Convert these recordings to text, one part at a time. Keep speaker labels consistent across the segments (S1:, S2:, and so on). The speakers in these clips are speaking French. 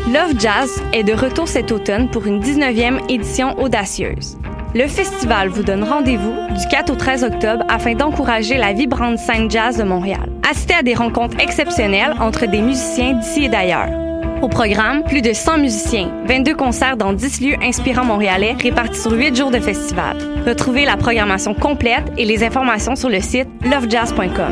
S1: Love Jazz est de retour cet automne pour une 19e édition audacieuse. Le festival vous donne rendez-vous du 4 au 13 octobre afin d'encourager la vibrante scène jazz de Montréal. Assistez à des rencontres exceptionnelles entre des musiciens d'ici et d'ailleurs. Au programme, plus de 100 musiciens, 22 concerts dans 10 lieux inspirants montréalais répartis sur 8 jours de festival. Retrouvez la programmation complète et les informations sur le site lovejazz.com.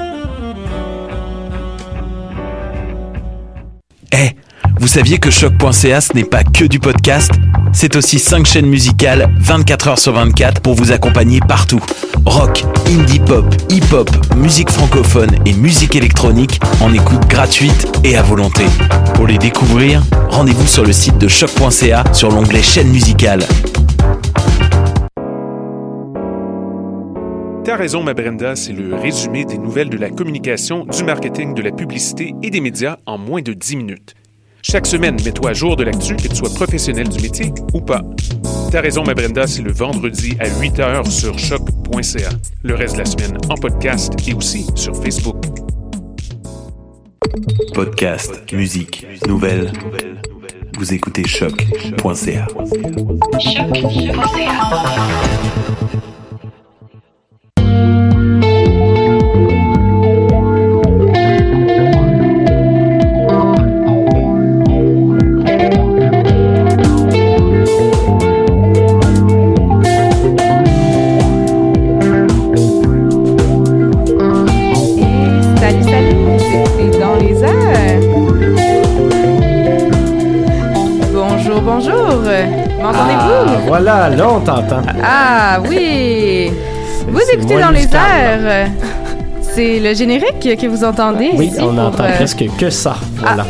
S2: Hey, vous saviez que Choc.ca, ce n'est pas que du podcast? C'est aussi 5 chaînes musicales, 24 heures sur 24 pour vous accompagner partout. Rock, indie pop, hip-hop, musique francophone et musique électronique en écoute gratuite et à volonté. Pour les découvrir, rendez-vous sur le site de Choc.ca sur l'onglet chaîne musicale.
S3: T'as raison, ma Brenda, c'est le résumé des nouvelles de la communication, du marketing, de la publicité et des médias en moins de 10 minutes. Chaque semaine, mets-toi à jour de l'actu, que tu sois professionnel du métier ou pas. T'as raison, ma Brenda, c'est le vendredi à 8h sur choc.ca. Le reste de la semaine en podcast et aussi sur Facebook.
S2: Podcast, musique, nouvelles. Vous écoutez Choc.ca.
S4: M'entendez-vous?
S5: Voilà, là on t'entend.
S4: Ah oui! Vous écoutez dans les airs. C'est le générique que vous entendez.
S5: Oui,
S4: ici
S5: on n'entend presque que ça. Voilà.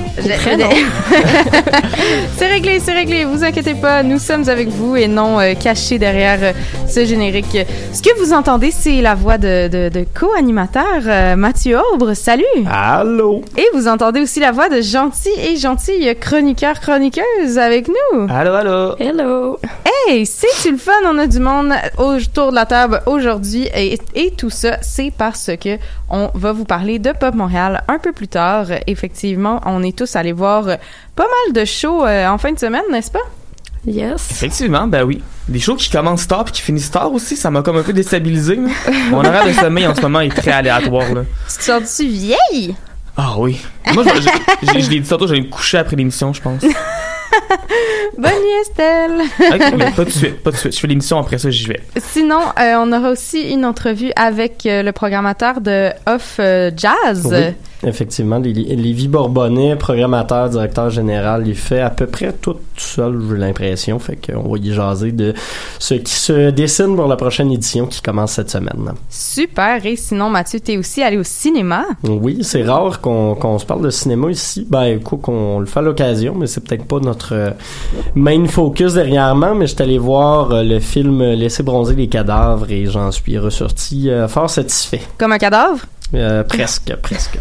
S4: C'est réglé. Vous inquiétez pas, nous sommes avec vous et non cachés derrière ce générique. Ce que vous entendez, c'est la voix de co-animateur Mathieu Aubre. Salut!
S5: Allô!
S4: Et vous entendez aussi la voix de gentil et gentille chroniqueuse avec nous.
S5: Allô!
S1: Hello!
S4: Hey, c'est-tu le fun? On a du monde autour de la table aujourd'hui et tout ça, c'est parce que on va vous parler de Pop Montréal un peu plus tard. Effectivement, on est tous allés voir pas mal de shows en fin de semaine, n'est-ce pas?
S1: Yes.
S6: Effectivement, ben oui. Des shows qui commencent tard puis qui finissent tard aussi, ça m'a comme un peu déstabilisé. Là. Mon horaire de sommeil en ce moment est très aléatoire. Là.
S4: Tu te sens-tu vieille?
S6: Ah oui. Moi, je l'ai dit tantôt, j'allais me coucher après l'émission, je pense.
S4: Bonne nuit, Estelle!
S6: Okay, mais pas tout de suite. Je fais l'émission, après ça, j'y vais.
S4: Sinon, on aura aussi une entrevue avec le programmateur de Off Jazz.
S5: Oui, effectivement, Lévi Bourbonnet, programmateur, directeur général, il fait à peu près tout seul, j'ai l'impression. Fait qu'on va y jaser de ce qui se dessine pour la prochaine édition qui commence cette semaine.
S4: Super! Et sinon, Mathieu, t'es aussi allé au cinéma?
S5: Oui, c'est rare qu'on se parle de cinéma ici. Ben, écoute, qu'on le fait à l'occasion, mais c'est peut-être pas notre main focus dernièrement, mais je suis allé voir le film Laisser bronzer les cadavres et j'en suis ressorti fort satisfait.
S4: Comme un cadavre?
S5: Presque.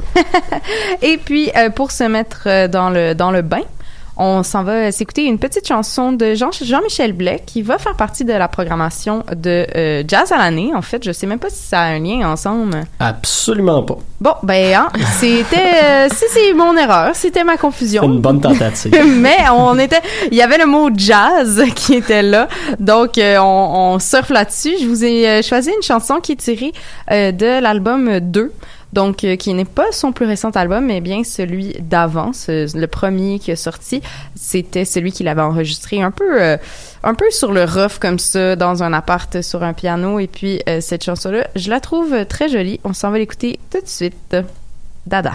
S4: Et puis, pour se mettre dans le bain, on s'en va s'écouter une petite chanson de Jean-Michel Blais qui va faire partie de la programmation de Jazz à l'année. En fait, je sais même pas si ça a un lien ensemble.
S5: Absolument pas.
S4: Bon, ben, c'est mon erreur, c'était ma confusion.
S5: C'est une bonne tentative.
S4: Mais il y avait le mot jazz qui était là, donc on surfe là-dessus. Je vous ai choisi une chanson qui est tirée de l'album 2. Donc, qui n'est pas son plus récent album, mais bien celui d'avant, le premier qui est sorti, c'était celui qu'il avait enregistré un peu sur le rough comme ça, dans un appart sur un piano. Et puis, cette chanson-là, je la trouve très jolie. On s'en va l'écouter tout de suite. Dada.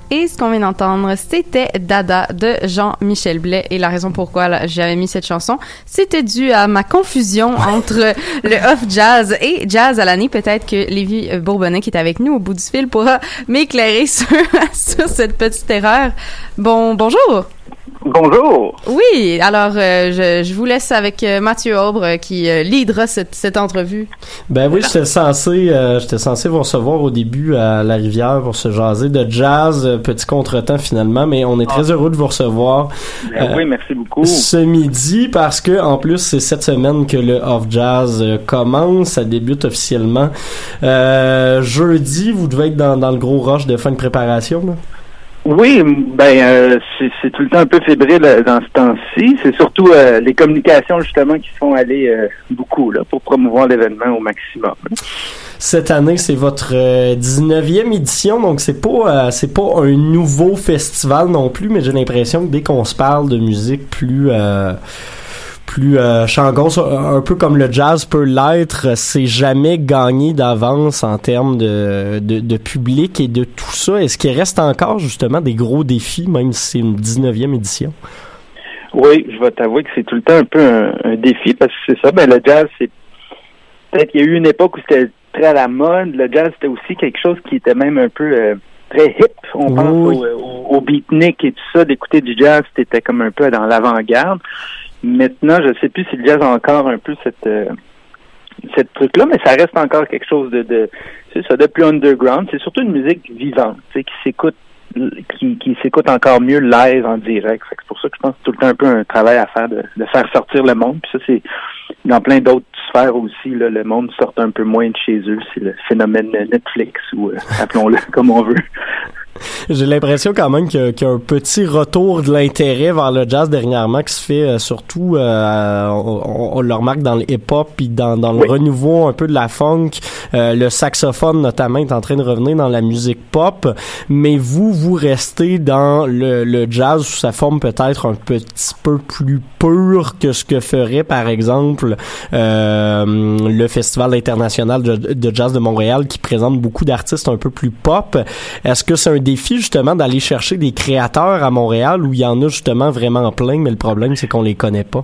S4: Et ce qu'on vient d'entendre, c'était Dada de Jean-Michel Blais. Et la raison pourquoi j'avais mis cette chanson, c'était dû à ma confusion entre le off jazz et jazz à l'année. Peut-être que Lévi Bourbonnais, qui est avec nous au bout du fil, pourra m'éclairer sur cette petite erreur. Bonjour.
S7: Bonjour.
S4: Oui, alors je vous laisse avec Mathieu Aubre qui leadera cette entrevue.
S5: Ben oui, j'étais censé vous recevoir au début à la Rivière pour se jaser de jazz, petit contretemps finalement, mais on est très heureux de vous recevoir.
S7: Oui, merci beaucoup.
S5: Ce midi, parce que en plus c'est cette semaine que le Off Jazz commence, ça débute officiellement. Jeudi, vous devez être dans le gros rush de fin de préparation, là.
S7: Oui, c'est tout le temps un peu fébrile dans ce temps-ci. C'est surtout les communications justement qui se font aller beaucoup là pour promouvoir l'événement au maximum.
S5: Cette année, c'est votre 19e édition, donc c'est pas un nouveau festival non plus, mais j'ai l'impression que dès qu'on se parle de musique plus Shangon, un peu comme le jazz peut l'être, c'est jamais gagné d'avance en termes de public et de tout ça. Est-ce qu'il reste encore justement des gros défis, même si c'est une 19e édition?
S7: Oui, je vais t'avouer que c'est tout le temps un peu un défi, parce que c'est ça, le jazz, c'est peut-être qu'il y a eu une époque où c'était très à la mode. Le jazz, c'était aussi quelque chose qui était même un peu très hip. On pense au beatnik et tout ça, d'écouter du jazz, c'était comme un peu dans l'avant-garde. Maintenant, je sais plus si le jazz a encore un peu cette truc-là, mais ça reste encore quelque chose de plus underground. C'est surtout une musique vivante, qui s'écoute encore mieux live en direct. C'est pour ça que je pense que c'est tout le temps un peu un travail à faire de faire sortir le monde. Puis ça, c'est dans plein d'autres sphères aussi, là, le monde sort un peu moins de chez eux. C'est le phénomène Netflix, ou appelons-le comme on veut.
S5: J'ai l'impression quand même qu'il y a un petit retour de l'intérêt vers le jazz dernièrement qui se fait surtout, on le remarque dans le hip-hop puis dans le renouveau un peu de la funk. Le saxophone notamment est en train de revenir dans la musique pop, mais vous restez dans le jazz sous sa forme peut-être un petit peu plus pure que ce que ferait par exemple le Festival international de jazz de Montréal qui présente beaucoup d'artistes un peu plus pop. Est-ce que c'est un défi justement d'aller chercher des créateurs à Montréal où il y en a justement vraiment plein, mais le problème c'est qu'on les connaît pas?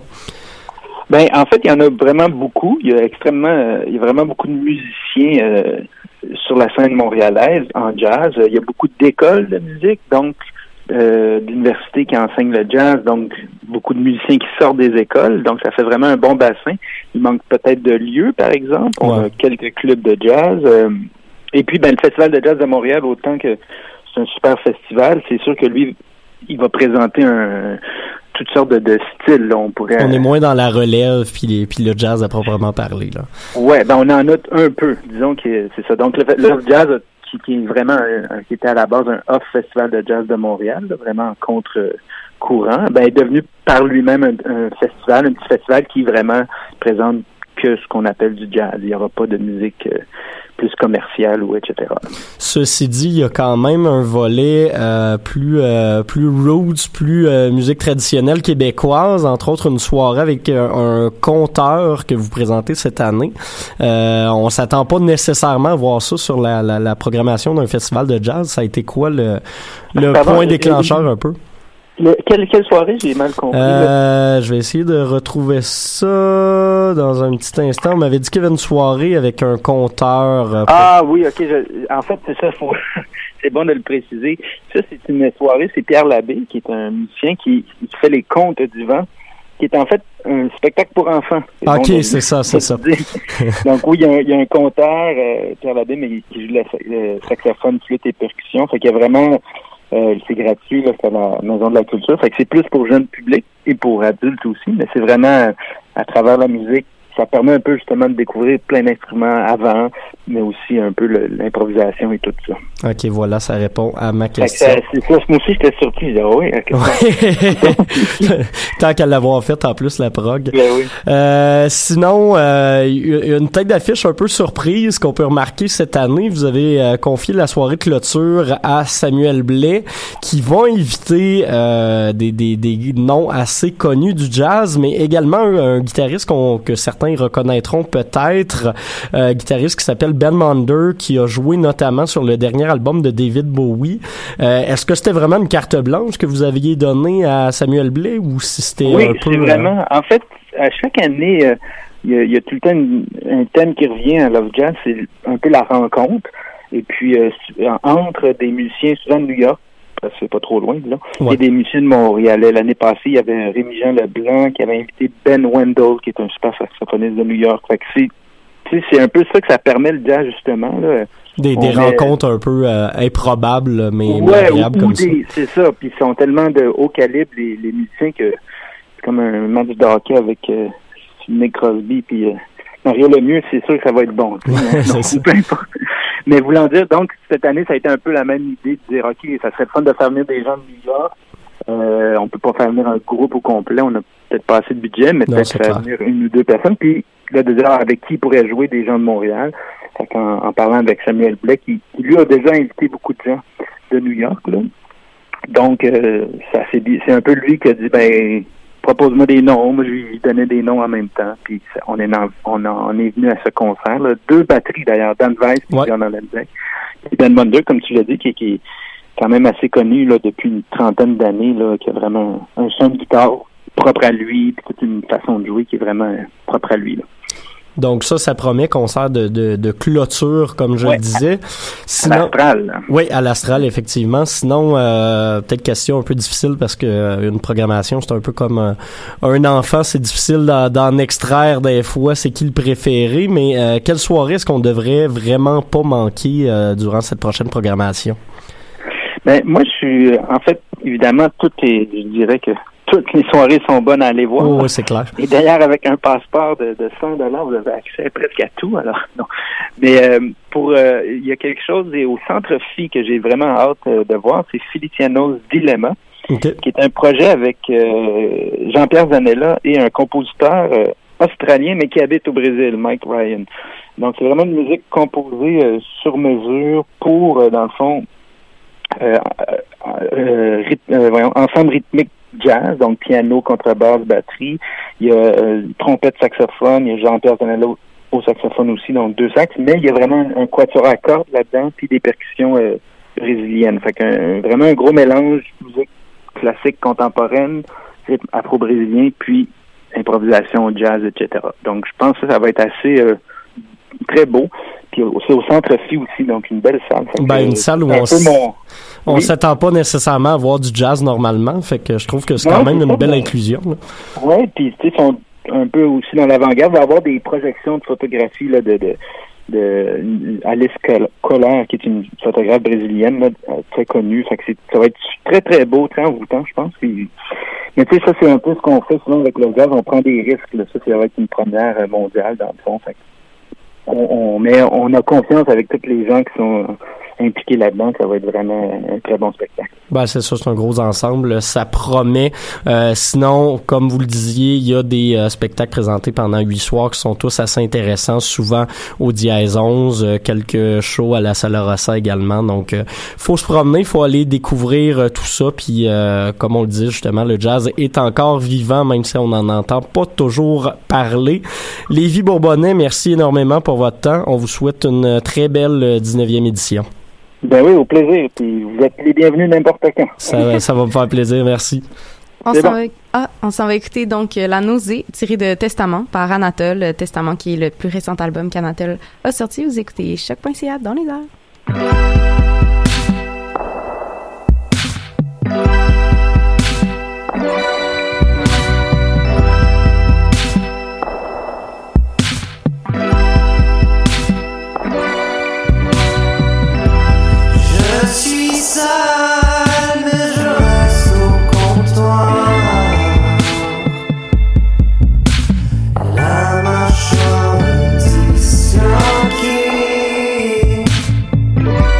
S7: En fait, il y en a vraiment beaucoup. Il y a vraiment beaucoup de musiciens sur la scène montréalaise en jazz. Il y a beaucoup d'écoles de musique, donc d'universités qui enseignent le jazz, donc beaucoup de musiciens qui sortent des écoles, donc ça fait vraiment un bon bassin. Il manque peut-être de lieux, par exemple. On a quelques clubs de jazz. Et puis, le Festival de jazz de Montréal, autant que c'est un super festival, c'est sûr que lui, il va présenter toutes sortes de styles. Là, on est
S5: moins dans la relève puis le jazz à proprement parler, là.
S7: Ouais, on en note un peu. Disons que c'est ça. Donc, le jazz qui est vraiment qui était à la base un off festival de jazz de Montréal, là, vraiment en contre-courant, est devenu par lui-même un petit festival qui vraiment présente que ce qu'on appelle du jazz. Il n'y aura pas de musique plus commerciale ou etc.
S5: Ceci dit, il y a quand même un volet plus roots, plus musique traditionnelle québécoise, entre autres une soirée avec un conteur que vous présentez cette année. On s'attend pas nécessairement à voir ça sur la programmation d'un festival de jazz. Ça a été quoi le point déclencheur un peu?
S7: Quelle soirée? J'ai mal compris.
S5: Je vais essayer de retrouver ça dans un petit instant. On m'avait dit qu'il y avait une soirée avec un conteur.
S7: Oui, ok. En fait, c'est ça. C'est bon de le préciser. Ça, c'est une soirée. C'est Pierre Labbé, qui est un musicien qui fait les contes du vent, qui est en fait un spectacle pour enfants.
S5: C'est ça.
S7: Donc oui, il y a un conteur, Pierre Labbé, mais qui joue le saxophone, flûte et percussion. Fait qu'il y a vraiment... c'est gratuit, là, c'est à la Maison de la Culture. Fait que c'est plus pour jeunes publics et pour adultes aussi, mais c'est vraiment à travers la musique. Ça permet un peu justement de découvrir plein d'instruments avant, mais aussi un peu l'improvisation et tout ça.
S5: OK, voilà, ça répond à ma question.
S7: C'est ça, moi aussi j'étais surpris. Oui,
S5: tant qu'à l'avoir fait en plus la prog.
S7: Oui.
S5: Sinon, une tête d'affiche un peu surprise qu'on peut remarquer cette année. Vous avez confié la soirée de clôture à Samuel Blais, qui va inviter des noms assez connus du jazz, mais également un guitariste que certains certains reconnaîtront peut-être, guitariste qui s'appelle Ben Monder, qui a joué notamment sur le dernier album de David Bowie. Est-ce que c'était vraiment une carte blanche que vous aviez donnée à Samuel Blais ou si c'était
S7: oui,
S5: un peu...
S7: Oui, c'est vraiment... En fait, à chaque année, il y a tout le temps un thème qui revient à Love Jazz, c'est un peu la rencontre. Et puis, entre des musiciens, souvent de New York, parce que c'est pas trop loin, là, et des musiciens de Montréal. L'année passée, il y avait Rémi-Jean Leblanc qui avait invité Ben Wendell, qui est un super saxophoniste de New York. Fait que c'est un peu ça que ça permet le jazz, justement, là.
S5: Des rencontres un peu improbables, mais agréables comme ça.
S7: C'est ça. Puis ils sont tellement de haut calibre, les musiciens, que c'est comme un match de hockey avec Nick Crosby puis Mario Lemieux, c'est sûr que ça va être bon. Peu importe. Mais voulant dire, donc, cette année, ça a été un peu la même idée de dire, OK, ça serait fun de faire venir des gens de New York. On peut pas faire venir un groupe au complet, on a peut-être pas assez de budget, mais peut-être faire venir une ou deux personnes. Puis là, de dire avec qui pourrait jouer des gens de Montréal. Fait en parlant avec Samuel Blais, qui lui a déjà invité beaucoup de gens de New York, là. Donc, c'est un peu lui qui a dit, propose-moi des noms. Moi, je lui donnais des noms en même temps. Puis on est venu à ce concert, là. 2 batteries, d'ailleurs, Dan Weiss et John Hollenbeck. Et Ben Monder, comme tu l'as dit, qui est quand même assez connu là depuis une 30aine d'années, là, qui a vraiment un son de guitare propre à lui, puis toute une façon de jouer qui est vraiment propre à lui, là.
S5: Donc ça promet concert de clôture, comme je le disais. Sinon,
S7: à l'Astral.
S5: Oui, à l'Astral, effectivement. Sinon, peut-être question un peu difficile parce que une programmation, c'est un peu comme un enfant, c'est difficile d'en extraire des fois, c'est qui le préféré, mais quelle soirée est-ce qu'on devrait vraiment pas manquer durant cette prochaine programmation?
S7: Moi, je suis, en fait, évidemment, je dirais que toutes les soirées sont bonnes à aller voir.
S5: Oh, oui, c'est clair.
S7: Et d'ailleurs, avec un passeport de $100, vous avez accès presque à tout. Alors, non. Mais il y a quelque chose au Centre Phi que j'ai vraiment hâte de voir, c'est Feliciano's Dilemma, qui est un projet avec Jean-Pierre Zanella et un compositeur australien, mais qui habite au Brésil, Mike Ryan. Donc, c'est vraiment une musique composée sur mesure pour, dans le fond, ensemble rythmique jazz, donc piano, contrebasse, batterie. Il y a trompette, saxophone. Il y a Jean-Pierre Zanella au saxophone aussi, donc 2 sax. Mais il y a vraiment un quatuor à cordes là-dedans, puis des percussions brésiliennes. Fait vraiment un gros mélange de musique classique, contemporaine, rythme afro-brésilien, puis improvisation, jazz, etc. Donc, je pense que ça va être assez très beau. Puis c'est au Centre Phi aussi, donc une belle salle.
S5: Une salle où on s'attend pas nécessairement à voir du jazz normalement, fait que je trouve que c'est quand même une belle inclusion.
S7: Oui, puis tu sais, ils sont un peu aussi dans l'avant-garde. Il va y avoir des projections de photographie là, de Alice Kohler, qui est une photographe brésilienne là, très connue. Fait que ça va être très très beau, très envoûtant, je pense. Puis, mais tu sais, ça c'est un peu ce qu'on fait souvent avec le jazz. On prend des risques. Là. Ça va être une première mondiale dans le fond. Fait on a confiance avec tous les gens qui sont impliqués là-dedans, ça va être vraiment un très bon spectacle.
S5: C'est ça, c'est un gros ensemble, ça promet. Sinon, comme vous le disiez, il y a des spectacles présentés pendant 8 soirs qui sont tous assez intéressants, souvent au Dièse 11, quelques shows à la Sala Rossa également. Donc, faut se promener, faut aller découvrir tout ça. Puis, comme on le dit justement, le jazz est encore vivant, même si on n'en entend pas toujours parler. Lévy Bourbonnais, merci énormément pour votre temps. On vous souhaite une très belle 19e édition.
S7: Ben oui, au plaisir. Puis vous êtes les bienvenus n'importe quand.
S5: Ça va me faire plaisir, merci.
S4: On s'en va écouter donc La Nausée, tirée de Testament par Anatole. Testament qui est le plus récent album qu'Anatole a sorti. Vous écoutez Choc.ca dans les airs.
S8: La marchandise qui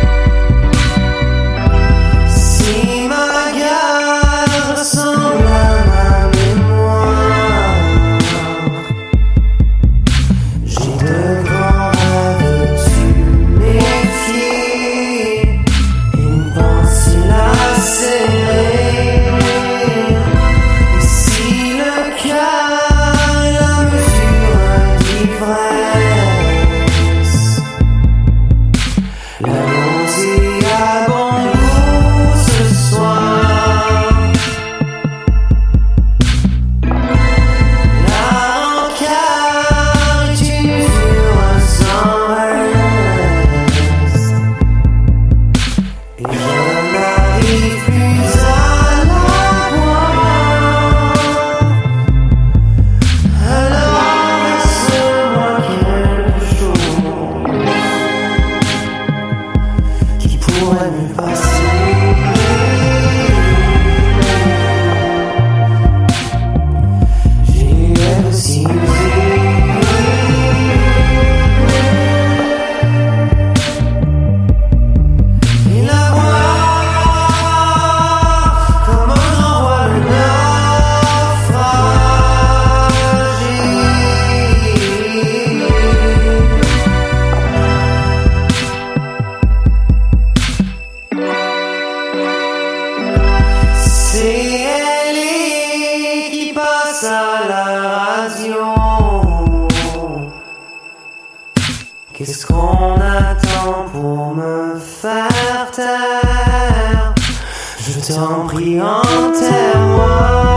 S8: Qu'est-ce qu'on attend pour me faire taire? Je t'en prie, enterre-moi.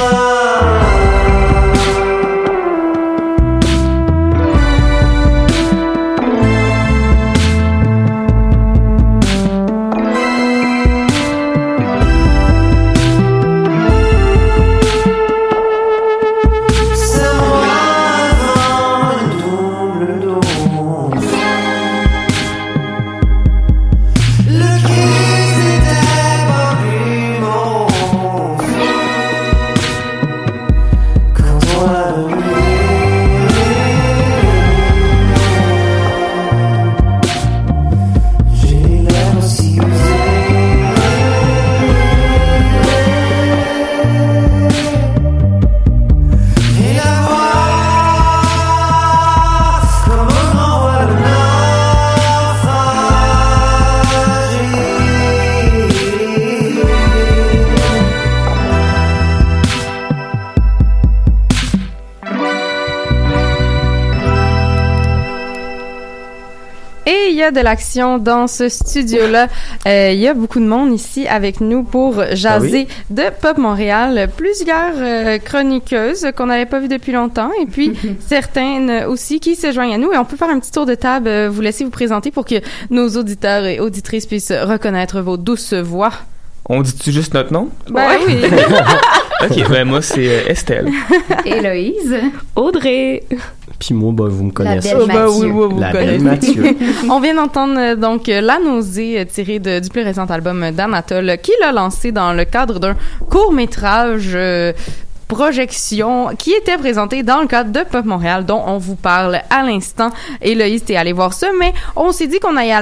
S4: De l'action dans ce studio-là. Il y a beaucoup de monde ici avec nous pour jaser de Pop Montréal. Plusieurs chroniqueuses qu'on n'avait pas vues depuis longtemps et puis certaines aussi qui se joignent à nous. Et on peut faire un petit tour de table, vous laisser vous présenter pour que nos auditeurs et auditrices puissent reconnaître vos douces voix.
S6: On dit-tu juste notre nom?
S4: Ben oui.
S6: OK, ben moi, c'est Estelle.
S9: Héloïse.
S1: Audrey.
S5: Puis moi, vous me connaissez.
S4: La
S5: belle Mathieu.
S4: On vient d'entendre donc La Nausée tirée du plus récent album d'Anatole, qui l'a lancé dans le cadre d'un court-métrage projection qui était présentée dans le cadre de Pop Montréal, dont on vous parle à l'instant. Héloïse, t'es allée voir ça, mais on s'est dit qu'on allait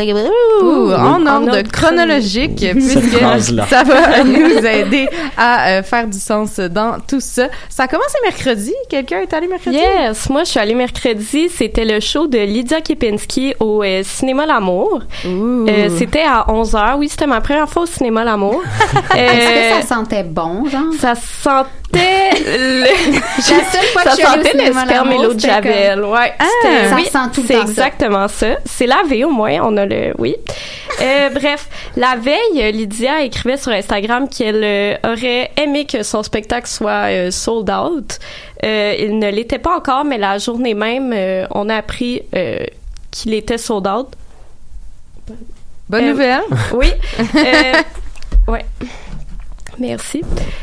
S4: en ordre chronologique, puisque ça va nous aider à faire du sens dans tout ça. Ça a commencé mercredi. Quelqu'un est allé mercredi?
S1: Yes, moi je suis allée mercredi. C'était le show de Lydia Kepinski au Cinéma L'Amour. C'était à 11h. Oui, c'était ma première fois au Cinéma L'Amour.
S9: Est-ce que ça sentait bon, genre?
S1: Ça sentait
S9: la seule fois que je suis allée au Cinéma
S1: sperme et l'eau de Javel. Ouais.
S9: Ça sent tout le temps.
S1: C'est exactement ça. C'est lavé au moins. On a le. Oui. Bref, la veille, Lydia écrivait sur Instagram qu'elle aurait aimé que son spectacle soit sold out. Il ne l'était pas encore, mais la journée même, on a appris qu'il était sold out.
S4: Bonne nouvelle.
S1: Oui. Ouais. Merci.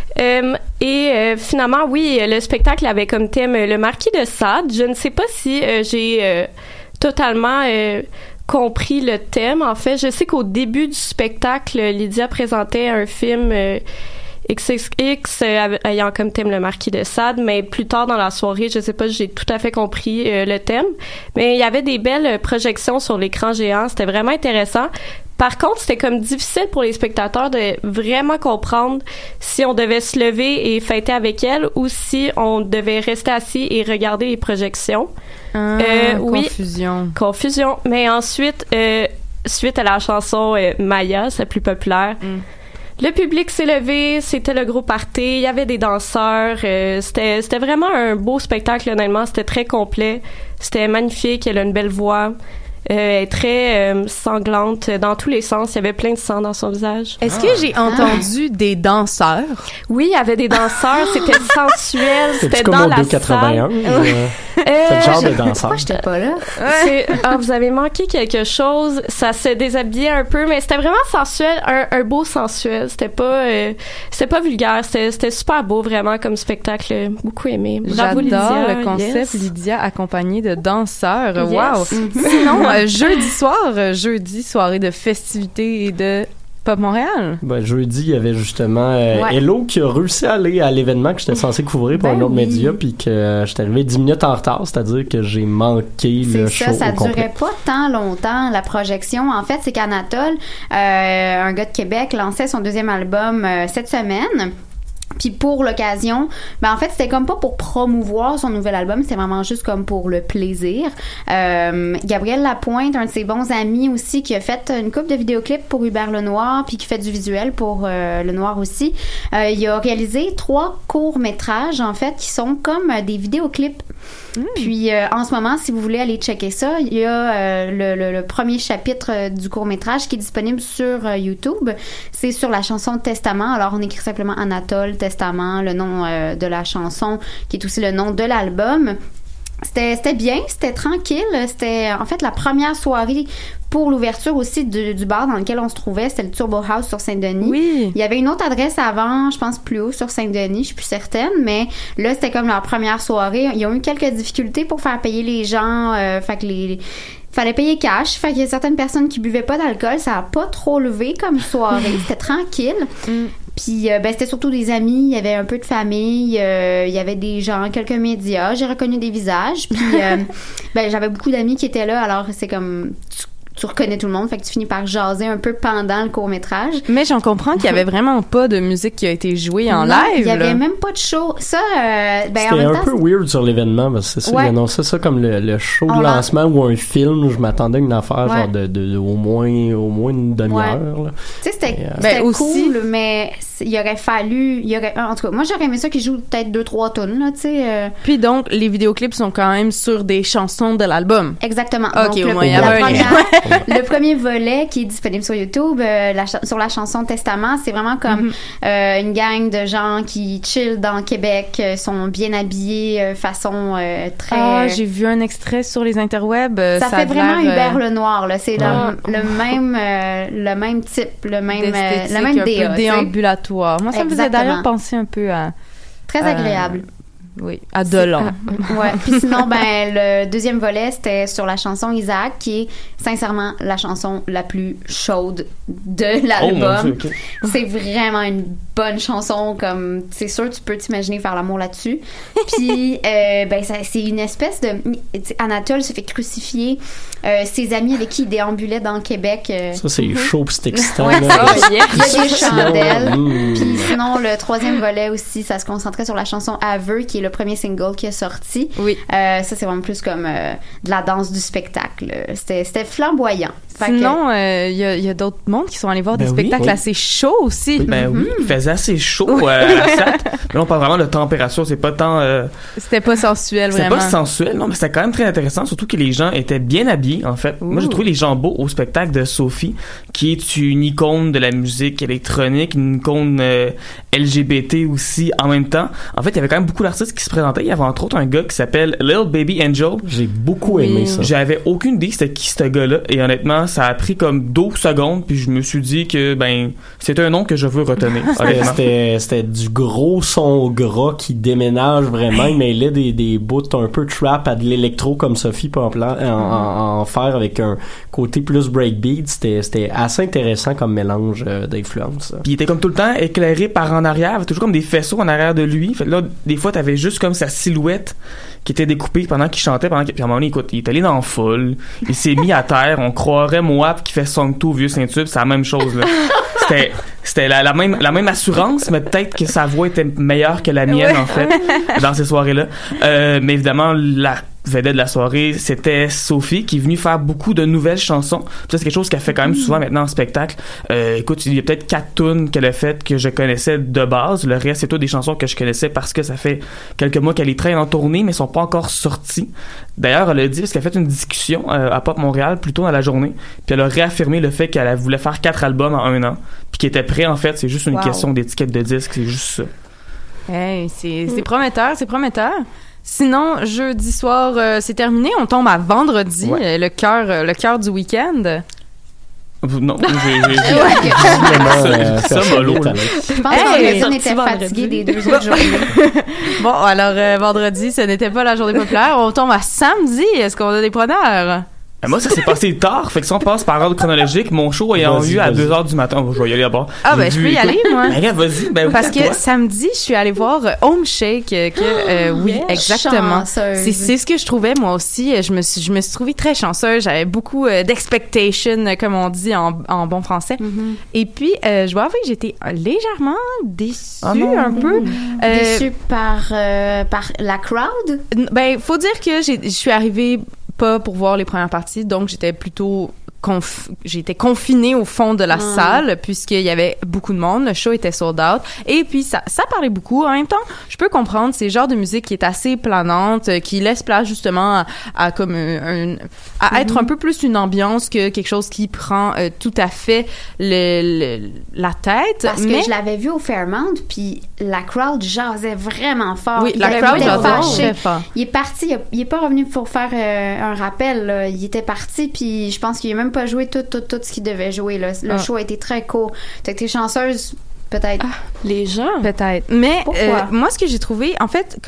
S1: Finalement, oui, le spectacle avait comme thème le Marquis de Sade. Je ne sais pas si j'ai totalement compris le thème. En fait, je sais qu'au début du spectacle, Lydia présentait un film XXX ayant comme thème le Marquis de Sade, mais plus tard dans la soirée, je sais pas si j'ai tout à fait compris le thème. Mais il y avait des belles projections sur l'écran géant. C'était vraiment intéressant. Par contre, c'était comme difficile pour les spectateurs de vraiment comprendre si on devait se lever et fêter avec elle ou si on devait rester assis et regarder les projections.
S4: Confusion.
S1: Confusion. Mais ensuite, suite à la chanson Maya, sa plus populaire, le public s'est levé, c'était le gros party, il y avait des danseurs, c'était vraiment un beau spectacle, honnêtement, c'était très complet, c'était magnifique, elle a une belle voix. Très sanglante dans tous les sens. Il y avait plein de sang dans son visage.
S4: Est-ce que j'ai entendu des danseurs?
S1: Oui, il y avait des danseurs. C'était sensuel. C'était
S5: comme
S1: dans
S5: au
S1: la
S5: 281. C'est le genre de danseur.
S9: Pourquoi j'étais pas là?
S1: Vous avez manqué quelque chose. Ça se déshabillait un peu, mais c'était vraiment sensuel. Un beau sensuel. C'était pas vulgaire. C'était super beau, vraiment, comme spectacle. Beaucoup aimé. Bravo,
S4: J'adore
S1: Lydia.
S4: le concept Lydia accompagnée de danseurs.
S1: Yes.
S4: Wow! Sinon, jeudi, soirée de festivités et de Pop Montréal.
S5: Jeudi, il y avait justement Hello qui a réussi à aller à l'événement que j'étais censé couvrir pour un autre média, puis que j'étais arrivé 10 minutes en retard, c'est-à-dire que j'ai manqué le show
S9: ça
S5: au complet.
S9: durait pas tant longtemps, la projection. En fait, c'est qu'Anatole, un gars de Québec, lançait son deuxième album cette semaine. Puis pour l'occasion, en fait, c'était comme pas pour promouvoir son nouvel album, c'était vraiment juste comme pour le plaisir. Gabriel Lapointe, un de ses bons amis aussi, qui a fait une couple de vidéoclips pour Hubert Lenoir, puis qui fait du visuel pour Lenoir aussi. Il a réalisé 3 courts-métrages, en fait, qui sont comme des vidéoclips Puis en ce moment, si vous voulez aller checker ça, il y a le premier chapitre du court-métrage qui est disponible sur YouTube. C'est sur la chanson Testament. Alors on écrit simplement Anatole, Testament, le nom de la chanson qui est aussi le nom de l'album. C'était bien, c'était tranquille. C'était en fait la première soirée pour l'ouverture aussi du bar dans lequel on se trouvait. C'était le Turbo House sur Saint-Denis.
S4: Oui.
S9: Il y avait une autre adresse avant, je pense plus haut sur Saint-Denis, je suis plus certaine, mais là c'était comme leur première soirée. Ils ont eu quelques difficultés pour faire payer les gens, fait que fallait payer cash, fait qu'il y a certaines personnes qui buvaient pas d'alcool, ça a pas trop levé comme soirée, c'était tranquille. Puis c'était surtout des amis, il y avait un peu de famille, il y avait des gens, quelques médias, j'ai reconnu des visages, puis j'avais beaucoup d'amis qui étaient là, alors c'est comme tu reconnais tout le monde, fait que tu finis par jaser un peu pendant le court-métrage. Mais
S4: j'en comprends qu'il y avait vraiment pas de musique qui a été jouée en live.
S9: Il y avait même pas de show. Ça,
S5: c'était en même temps, un peu weird sur l'événement, parce que c'est ça, ils annonçaient ça comme le show de lancement ou un film. Je m'attendais à une affaire genre de au moins une demi-heure.
S9: Tu sais, c'était cool, mais il aurait fallu, en tout cas, moi j'aurais aimé ça qu'ils jouent peut-être 2-3 tunes, là, tu sais.
S4: Puis donc, les vidéoclips sont quand même sur des chansons de l'album.
S9: Exactement.
S4: Ok,
S9: donc,
S4: au moins, il y avait un lien.
S9: Le premier volet qui est disponible sur YouTube, sur la chanson Testament, c'est vraiment comme une gang de gens qui chillent dans Québec, sont bien habillés, façon très...
S4: Ah, j'ai vu un extrait sur les interwebs.
S9: Ça fait vraiment Hubert Lenoir, là. C'est le même type, le même DA.
S4: Un peu déambulatoire. Moi, ça me faisait d'ailleurs penser un peu à...
S9: Très agréable.
S4: Oui, à Delon.
S9: Ouais. Puis sinon, le deuxième volet, c'était sur la chanson Isaac, qui est sincèrement la chanson la plus chaude de l'album.
S6: Oh, okay.
S9: C'est vraiment une bonne chanson, comme c'est sûr tu peux t'imaginer faire l'amour là-dessus. Puis c'est une espèce de Anatole se fait crucifier, ses amis avec qui il déambulait dans le Québec.
S5: Ça c'est chaud pis c'est excitant.
S9: Ouais, il y a des chandelles. Puis sinon le troisième volet aussi, ça se concentrait sur la chanson Aveu, qui est le premier single qui est sorti.
S4: Oui.
S9: Ça c'est vraiment plus comme de la danse du spectacle. C'était flamboyant.
S4: Sinon, il y a d'autres mondes qui sont allés voir des spectacles assez chauds aussi.
S6: Oui, il faisait assez chaud à la SAT. Mais là, on parle vraiment de température, c'est pas tant...
S4: C'était pas sensuel, vraiment.
S6: C'était pas sensuel, non, mais c'était quand même très intéressant, surtout que les gens étaient bien habillés, en fait. Moi, j'ai trouvé les gens beaux au spectacle de Sophie, qui est une icône de la musique électronique, une icône LGBT aussi, en même temps. En fait, il y avait quand même beaucoup d'artistes qui se présentaient. Il y avait entre autres un gars qui s'appelle Lil Baby Angel.
S5: J'ai beaucoup aimé ça.
S6: J'avais aucune idée c'était qui ce gars-là, et honnêtement, ça a pris comme 12 secondes, puis je me suis dit que c'est un nom que je veux retenir.
S5: C'était du gros son gras qui déménage vraiment. Il mêlait des bouts un peu trap à de l'électro comme Sophie peut en faire avec un côté plus breakbeat. C'était assez intéressant comme mélange d'influences.
S6: Puis il était comme tout le temps éclairé par en arrière, il y avait toujours comme des faisceaux en arrière de lui. Fait que là, des fois, t'avais juste comme sa silhouette qui était découpée pendant qu'il chantait, puis à un moment donné, écoute, il est allé dans la foule, il s'est mis à terre, on croirait Moab qui fait Song 2 vieux Saint-Tube, c'est la même chose, là. C'était la même assurance, mais peut-être que sa voix était meilleure que la mienne, en fait, dans ces soirées-là. Mais évidemment, la vedette de la soirée, c'était Sophie, qui est venue faire beaucoup de nouvelles chansons. Puis ça, c'est quelque chose qu'elle fait quand même souvent maintenant en spectacle. Écoute, il y a peut-être 4 tunes qu'elle a faites que je connaissais de base. Le reste, c'est toutes des chansons que je connaissais parce que ça fait quelques mois qu'elle les traîne en tournée, mais sont pas encore sorties. D'ailleurs, elle a dit, parce qu'elle a fait une discussion à Pop Montréal plus tôt dans la journée, puis elle a réaffirmé le fait qu'elle voulait faire 4 albums en 1 an, puis qu'elle était prêt, en fait. C'est juste une question d'étiquette de disque, c'est juste ça.
S4: Hey, c'est prometteur, c'est prometteur. Sinon, jeudi soir, c'est terminé. On tombe à vendredi, le cœur du week-end.
S6: Non,
S9: ça mollo. Je pense qu'on était fatigués des 2 autres journées.
S4: Bon, alors vendredi, ce n'était pas la journée populaire. On tombe à samedi. Est-ce qu'on a des preneurs?
S6: Moi, ça s'est passé tard. Fait que si on passe par ordre chronologique, mon show ayant eu à 2h du matin. Je vais y aller d'abord.
S4: Ah, je peux y aller, moi.
S6: Vas-y.
S4: Parce que samedi, je suis allée voir Home Shake. Oui, exactement. C'est ce que je trouvais, moi aussi. Je me suis trouvée très chanceuse. J'avais beaucoup d'expectations, comme on dit en bon français. Et puis, je dois avouer que j'étais légèrement déçue un peu.
S9: Déçue par la crowd?
S4: Faut dire que je suis arrivée pas pour voir les premières parties, donc j'étais plutôt j'ai été confinée au fond de la salle puisqu'il y avait beaucoup de monde, le show était sold out et puis ça parlait beaucoup. En même temps, je peux comprendre, c'est le genre de musique qui est assez planante, qui laisse place justement à comme à être un peu plus une ambiance que quelque chose qui prend tout à fait la tête.
S9: Parce que je l'avais vu au Fairmount, puis la crowd jasait vraiment fort.
S4: Oui, la crowd jasait fort.
S9: Il est parti, il est pas revenu pour faire un rappel, là. Il était parti, puis je pense qu'il a même pas joué tout ce qu'il devait jouer, là. Le show a été très court. Fait que t'es chanceuse, peut-être.
S4: Les gens? Peut-être. Mais moi, ce que j'ai trouvé, en fait,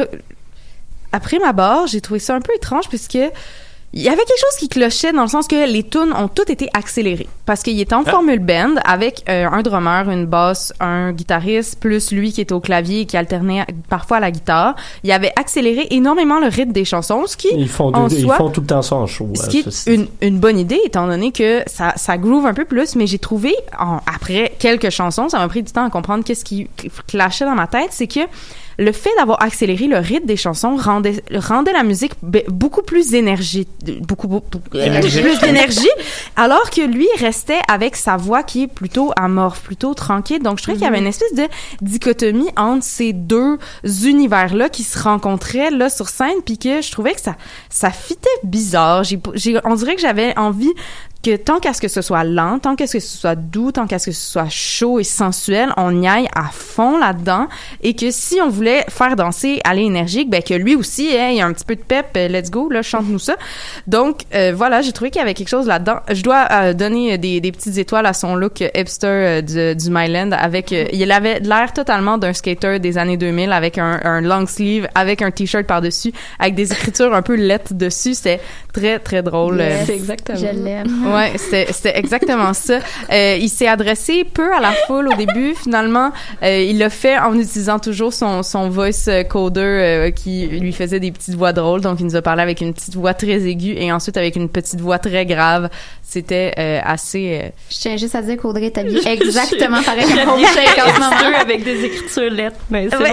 S4: après ma barre, j'ai trouvé ça un peu étrange puisque il y avait quelque chose qui clochait dans le sens que les tunes ont toutes été accélérées parce qu'il était en formule band avec un drummer, une basse, un guitariste plus lui qui était au clavier et qui alternait parfois à la guitare. Il avait accéléré énormément le rythme des chansons, ce qui
S5: ils font tout le temps ça en show.
S4: Ce qui est une bonne idée étant donné que ça groove un peu plus, mais j'ai trouvé après quelques chansons, ça m'a pris du temps à comprendre qu'est-ce qui clashait dans ma tête, c'est que le fait d'avoir accéléré le rythme des chansons rendait la musique beaucoup plus beaucoup plus d'énergie, alors que lui restait avec sa voix qui est plutôt amorphe, plutôt tranquille. Donc, je trouvais qu'il y avait une espèce de dichotomie entre ces deux univers-là qui se rencontraient là sur scène, puis que je trouvais que ça fitait bizarre. On dirait que j'avais envie que tant qu'à ce que ce soit lent, tant qu'à ce que ce soit doux, tant qu'à ce que ce soit chaud et sensuel, on y aille à fond là-dedans et que si on voulait faire danser Aller énergique, ben que lui aussi, il y a un petit peu de pep, let's go, là, chante-nous ça. Donc, voilà, j'ai trouvé qu'il y avait quelque chose là-dedans. Je dois donner des petites étoiles à son look hipster du Myland avec, il avait l'air totalement d'un skater des années 2000 avec un long sleeve, avec un t-shirt par-dessus, avec des écritures un peu lettres dessus. C'était très, très drôle.
S9: Yes,
S4: c'est
S9: exactement. Je l'aime.
S4: Ouais, c'était exactement ça. Il s'est adressé peu à la foule au début. Finalement, il l'a fait en utilisant toujours son voice coder qui lui faisait des petites voix drôles. Donc, il nous a parlé avec une petite voix très aiguë et ensuite avec une petite voix très grave. C'était assez...
S9: Je tiens juste à dire qu'Audrey est habillée exactement pareil comme Homeshake en ce moment.
S10: Avec des écritures lettres, mais c'est bon.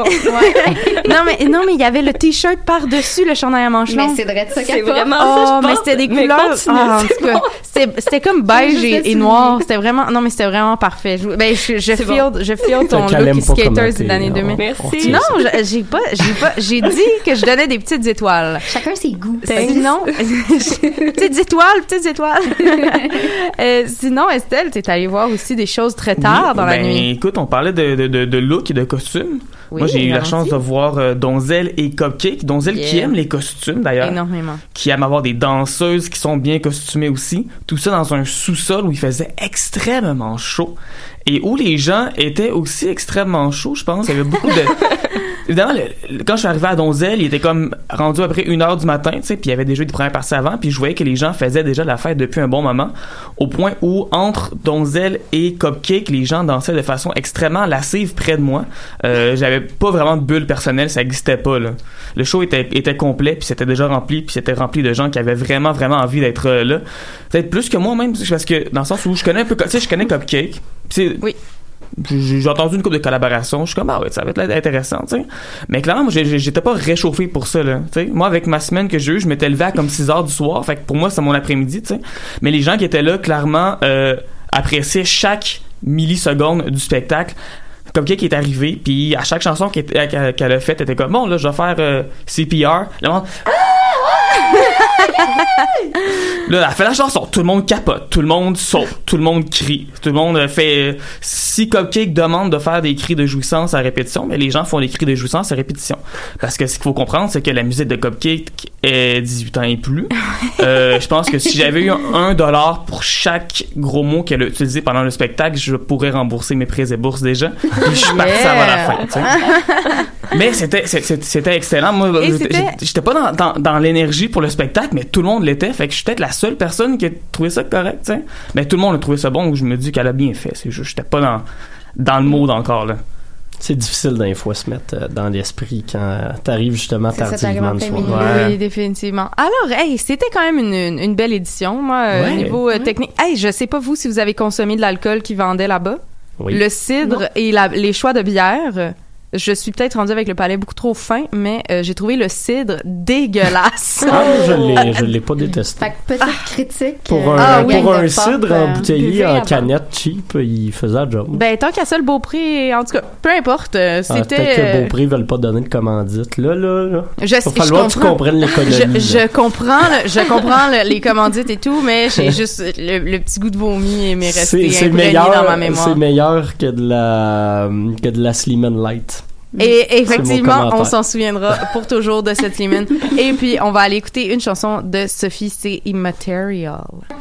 S4: Ouais. non, mais il y avait le t-shirt par-dessus le chandail à manches longues.
S9: Mais c'est vrai de ça
S10: c'est vraiment
S4: ça,
S10: je pense.
S4: Mais c'était des couleurs... en tout cas, c'était comme beige et noir. C'était vraiment parfait. Je feel ton look skaters des années 2000.
S10: Merci.
S4: Non, j'ai dit que je donnais des petites étoiles.
S9: Chacun ses goûts.
S4: Sinon, petites étoiles. Sinon, Estelle, t'es allée voir aussi des choses très tard dans la nuit.
S6: Écoute, on parlait de look et de costumes.
S4: Oui,
S6: moi, j'ai eu la chance de voir Donzelle et Cupcake. Donzelle qui aime les costumes, d'ailleurs.
S4: Énormément.
S6: Qui aime avoir des danseuses qui sont bien costumées aussi. Tout ça dans un sous-sol où il faisait extrêmement chaud. Et où les gens étaient aussi extrêmement chauds, je pense. Il y avait beaucoup de... Évidemment, quand je suis arrivé à Donzelle, il était comme rendu après 1h du matin, tu sais, puis il y avait déjà eu des premières parties avant, puis je voyais que les gens faisaient déjà la fête depuis un bon moment, au point où, entre Donzelle et Cupcake, les gens dansaient de façon extrêmement lascive près de moi. J'avais pas vraiment de bulle personnelle, ça existait pas, là. Le show était complet, puis c'était déjà rempli, puis c'était rempli de gens qui avaient vraiment, vraiment envie d'être là. Peut-être plus que moi même, parce que dans le sens où je connais un peu, tu sais, je connais Cupcake,
S4: oui.
S6: J'ai entendu une couple de collaborations, je suis comme ouais, ça va être intéressant, tu sais. Mais clairement, moi j'étais pas réchauffé pour ça là, tu sais. Moi avec ma semaine que j'ai eue, je m'étais levé à comme 6h du soir, fait que pour moi c'est mon après-midi, tu sais. Mais les gens qui étaient là clairement appréciaient chaque milliseconde du spectacle. Cupcake est arrivé, puis à chaque chanson qu'elle a faite, elle était comme bon là, je vais faire CPR. Le monde là, elle fait la chanson, tout le monde capote, tout le monde saute, tout le monde crie, tout le monde fait... Si Cupcake demande de faire des cris de jouissance à répétition, mais les gens font des cris de jouissance à répétition. Parce que ce qu'il faut comprendre, c'est que la musique de Cupcake est 18 ans et plus. Je pense que si j'avais eu $1 pour chaque gros mot qu'elle a utilisé pendant le spectacle, je pourrais rembourser mes prêts et bourses déjà. Puis je suis parti avant la fin, tu sais. Mais c'était excellent. Moi, j'étais pas dans l'énergie pour le spectacle, mais tout le monde l'était. Fait que je suis peut-être la seule personne qui a trouvé ça correct, tu sais. Mais tout le monde a trouvé ça bon, où je me dis qu'elle a bien fait. C'est juste, j'étais pas dans le mood encore, là.
S5: C'est difficile d'un fois se mettre dans l'esprit quand t'arrives justement tardivement le soir.
S4: Oui, définitivement. Alors, c'était quand même une belle édition, moi, niveau technique. Je sais pas vous si vous avez consommé de l'alcool qu'ils vendaient là-bas.
S5: Oui.
S4: Le cidre et les choix de bière. je suis peut-être rendue avec le palais beaucoup trop fin, mais j'ai trouvé le cidre dégueulasse.
S5: Je l'ai pas détesté.
S9: Fait que petite critique.
S5: Pour un cidre embouteillé en canette cheap, il faisait le job.
S4: Ben, tant qu'à ça, le Beaupré, en tout cas, peu importe, c'était...
S5: Peut-être que Beaupré veulent pas donner de commandite. Là. Il va
S4: falloir
S5: falloir que tu comprennes l'économie.
S4: Je comprends les commandites et tout, mais j'ai juste le petit goût de vomi et m'est resté imprégné dans ma mémoire.
S5: C'est meilleur que de la Slimen Light.
S4: Et effectivement, on s'en souviendra pour toujours de cette Slimen. Et puis, on va aller écouter une chanson de Sophie, c'est Immaterial.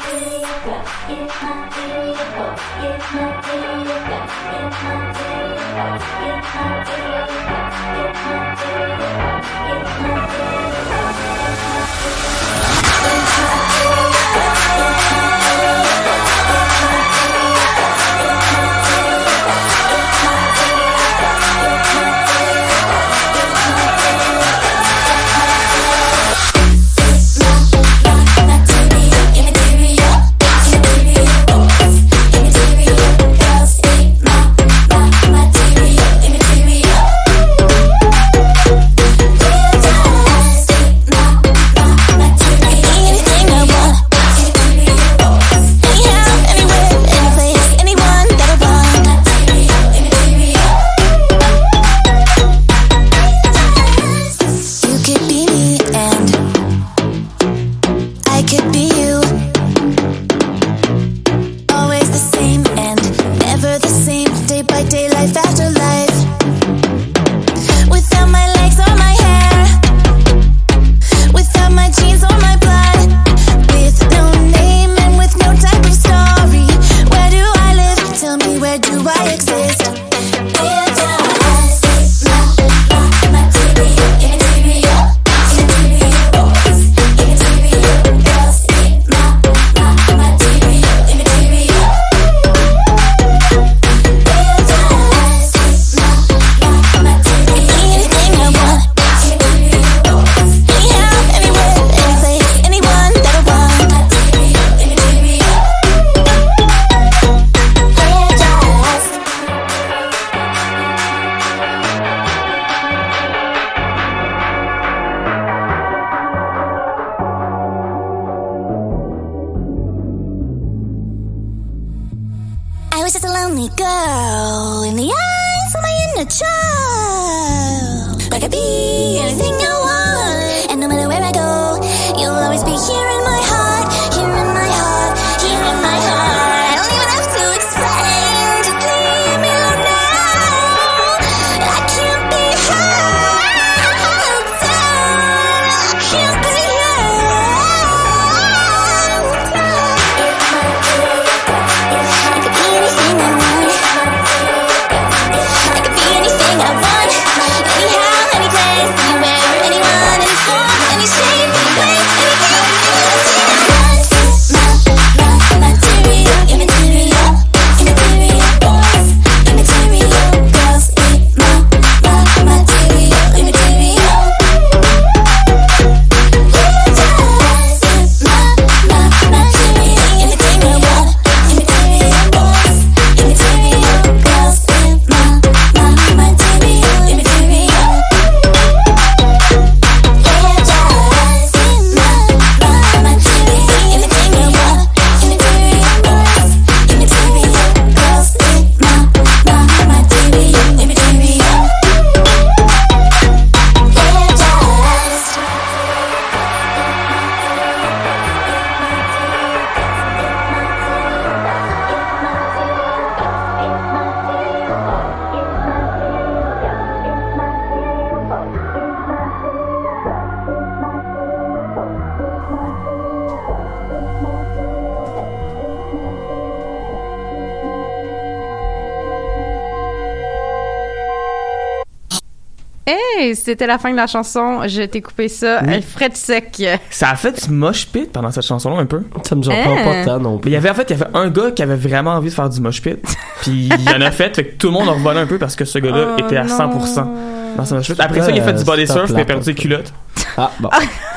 S4: Hey, c'était la fin de la chanson. Je t'ai coupé ça.
S6: Oui.
S4: Fred sec.
S6: Ça a fait du mosh pit pendant cette chanson-là un peu.
S5: Ça me surprend pas tant non plus.
S6: Mais il y avait un gars qui avait vraiment envie de faire du mosh pit. Puis il en a fait que tout le monde en revolait un peu parce que ce gars-là était à 100% dans son mosh pit. Après ça, il a fait du body surf puis il a perdu ses culottes.
S5: Ah, bon.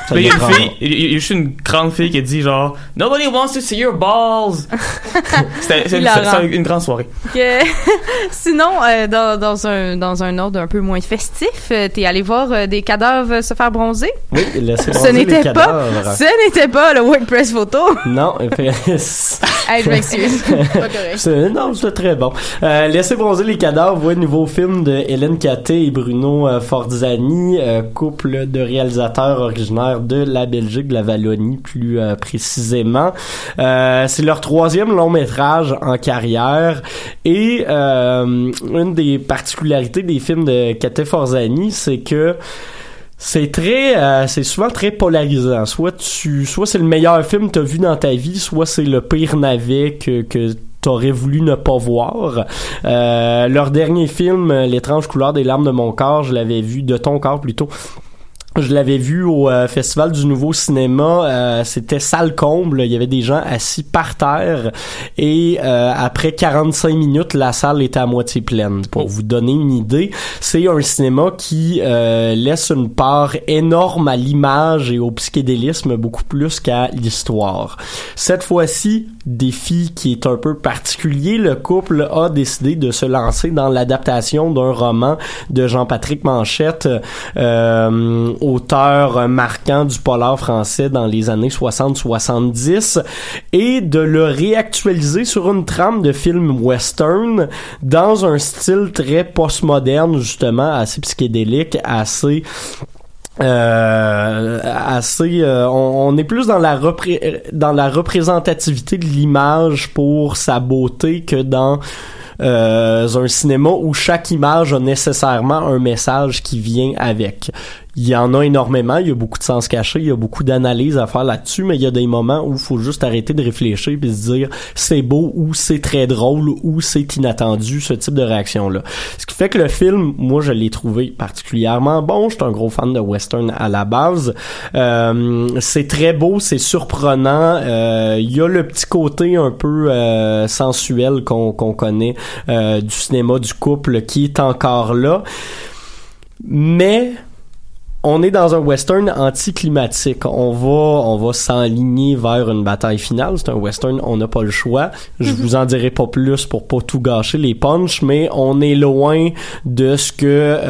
S6: Il y a une fille, il y a juste une grande fille qui a dit genre Nobody wants to see your balls. C'est une grande soirée.
S4: Sinon, dans un ordre un peu moins festif, t'es allé voir des cadavres se faire bronzer?
S5: Oui, laissez bronzer les cadavres.
S4: Ce n'était pas le WordPress photo.
S5: Non,
S4: hey, je m'excuse. Pas correct.
S5: Non, c'est très bon. Laissez bronzer les cadavres, ouais, nouveau film de Hélène Catté et Bruno Forzani, couple de réalisateurs originaires de la Belgique, de la Wallonie plus précisément. C'est leur 3e long métrage en carrière et une des particularités des films de Catté Forzani, c'est que c'est souvent très polarisant. Soit c'est le meilleur film que t'as vu dans ta vie, soit c'est le pire navet que t'aurais voulu ne pas voir. Leur dernier film, L'étrange couleur des larmes de mon corps, je l'avais vu, de ton corps plutôt. Je l'avais vu au Festival du Nouveau Cinéma, c'était salle comble, il y avait des gens assis par terre et après 45 minutes, la salle était à moitié pleine. Pour vous donner une idée, c'est un cinéma qui laisse une part énorme à l'image et au psychédélisme beaucoup plus qu'à l'histoire. Cette fois-ci, défi qui est un peu particulier, le couple a décidé de se lancer dans l'adaptation d'un roman de Jean-Patrick Manchette, auteur marquant du polar français dans les années 60-70, et de le réactualiser sur une trame de film western dans un style très postmoderne, justement, assez psychédélique, assez on est plus dans la représentativité de l'image pour sa beauté que dans un cinéma où chaque image a nécessairement un message qui vient avec. Il y en a énormément, il y a beaucoup de sens caché, il y a beaucoup d'analyses à faire là-dessus, mais il y a des moments où il faut juste arrêter de réfléchir puis se dire c'est beau ou c'est très drôle ou c'est inattendu, ce type de réaction-là. Ce qui fait que le film, moi je l'ai trouvé particulièrement bon, je suis un gros fan de western à la base. C'est très beau, c'est surprenant, il y a le petit côté un peu sensuel qu'on connaît du cinéma du couple qui est encore là, mais on est dans un western anticlimatique. On va s'enligner vers une bataille finale. C'est un western, on n'a pas le choix. Je vous en dirai pas plus pour pas tout gâcher les punchs, mais on est loin de ce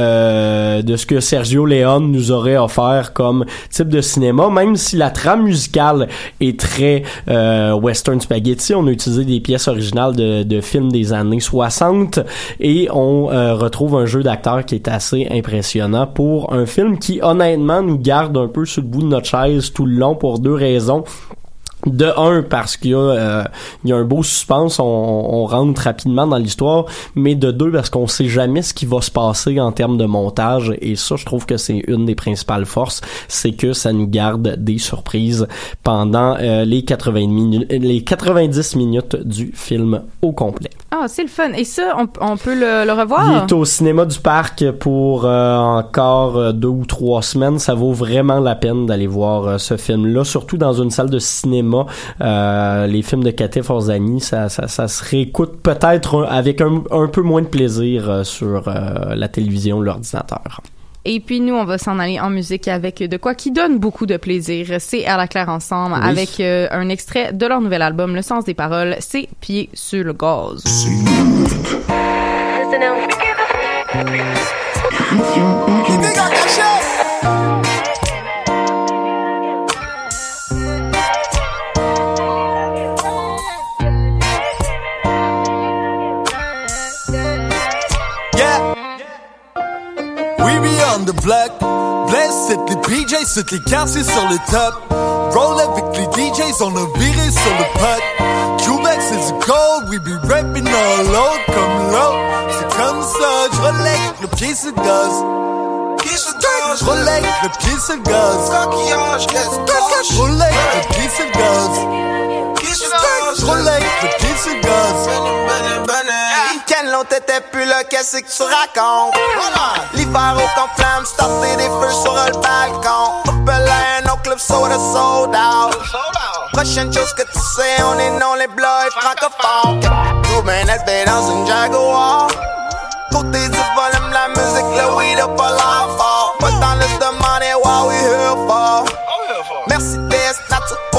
S5: que Sergio Leone nous aurait offert comme type de cinéma, même si la trame musicale est très western spaghetti. On a utilisé des pièces originales de films des années 60 et on retrouve un jeu d'acteurs qui est assez impressionnant pour un film qui honnêtement nous garde un peu sur le bout de notre chaise tout le long pour 2 raisons. De un, parce qu'il y a un beau suspense, on rentre rapidement dans l'histoire, mais de 2, parce qu'on sait jamais ce qui va se passer en termes de montage, et ça, je trouve que c'est une des principales forces, c'est que ça nous garde des surprises pendant les 90 minutes du film au complet.
S4: Ah, c'est le fun. Et ça, on peut le revoir?
S5: Il est au cinéma du parc pour encore 2 ou 3 semaines. Ça vaut vraiment la peine d'aller voir ce film-là, surtout dans une salle de cinéma. Les films de Catté Forzani, ça se réécoute peut-être avec un peu moins de plaisir sur la télévision ou l'ordinateur.
S4: Et puis nous, on va s'en aller en musique avec de quoi qui donne beaucoup de plaisir. C'est À la claire ensemble, oui, avec un extrait de leur nouvel album, Le sens des paroles, c'est Pieds sur le gaz.
S11: The block, blessed les PJs, c'est les quartiers sur le top. Roll avec les DJs, on a viré sur le pot. Québec c'est du gold, we be rapping all out comme l'eau. C'est comme ça, j'relègue le pied sur le gaz. J'relègue le pied sur le gaz. J'relègue le pied sur le gaz. J'relègue le pied sur le gaz.
S8: Ken l'on t'était plus là, qu'est-ce que tu racontes? L'hiver au conflamme, starter des feux sur le balcon. Appelé un autre club soda sold out. Prochaine chose que tu sais, on est non les bleus et francophones. Tout ben SB dans une Jaguar. Côté du volume, la musique, le weed up à l'enfant. Pas dans le demandé what we here for.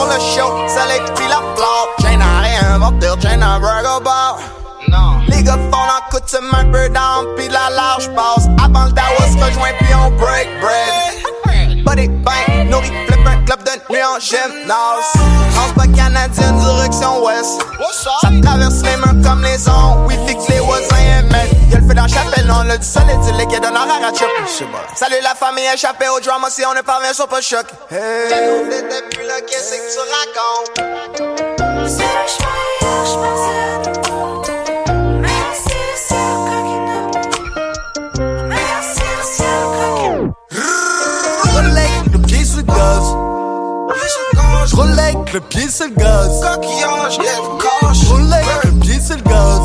S8: le show, soleil pis la flore. J'ai n'a rien inventé, j'ai n'a burger bar. Non. Les gars font l'encoutume un peu down pis la large passe. Avant le Dawa se rejoint pis on break bread. Body bang, nourri, flip un club de nuit en gymnase. Transport canadien, direction ouest. Ça traverse les mains comme les ondes. Oui, fixe les voisins aiment. Y'a le feu dans la chapelle, on l'a du soleil, du liquide d'un horaire à chop. Salut la famille, échappée au drama si on ne parvient sur pas choc. Hey, on était plus là, qu'est-ce que tu racontes?
S12: C'est le chemin, je pensais. Merci le ciel coquineux. Merci le ciel coquineux.
S11: Roulette, le pied sur le gaz. Roulette, le pied sur le gaz.
S8: Coquillage, coche.
S11: Roulette, le pied sur le gaz.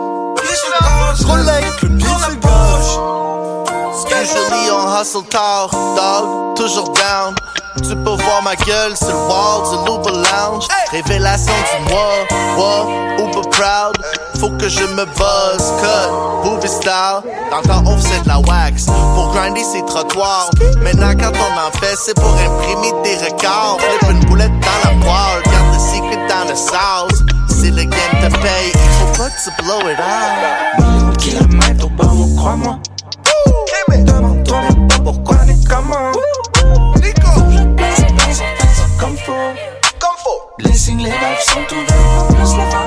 S11: Roulette, le pied sur le gaz.
S8: Usually on hustle tard, dog, toujours down. Tu peux voir ma gueule sur le wall du Louba Lounge. Révélation du mois, uber proud. Faut que je me buzz, cut, booby style. Dans le temps off c'est de la wax, pour grinder ses trottoirs. Maintenant quand on en fait c'est pour imprimer des records. Flip une boulette dans la poêle, garde le secret dans le sauce. C'est le game te paye, il faut pas que tu blow it out.
S12: Millions de kilomètres au bas, crois-moi. Demande-toi même pas pourquoi ni comment. Je place comme faut. Les signes, les rêves sont ouverts. En plus la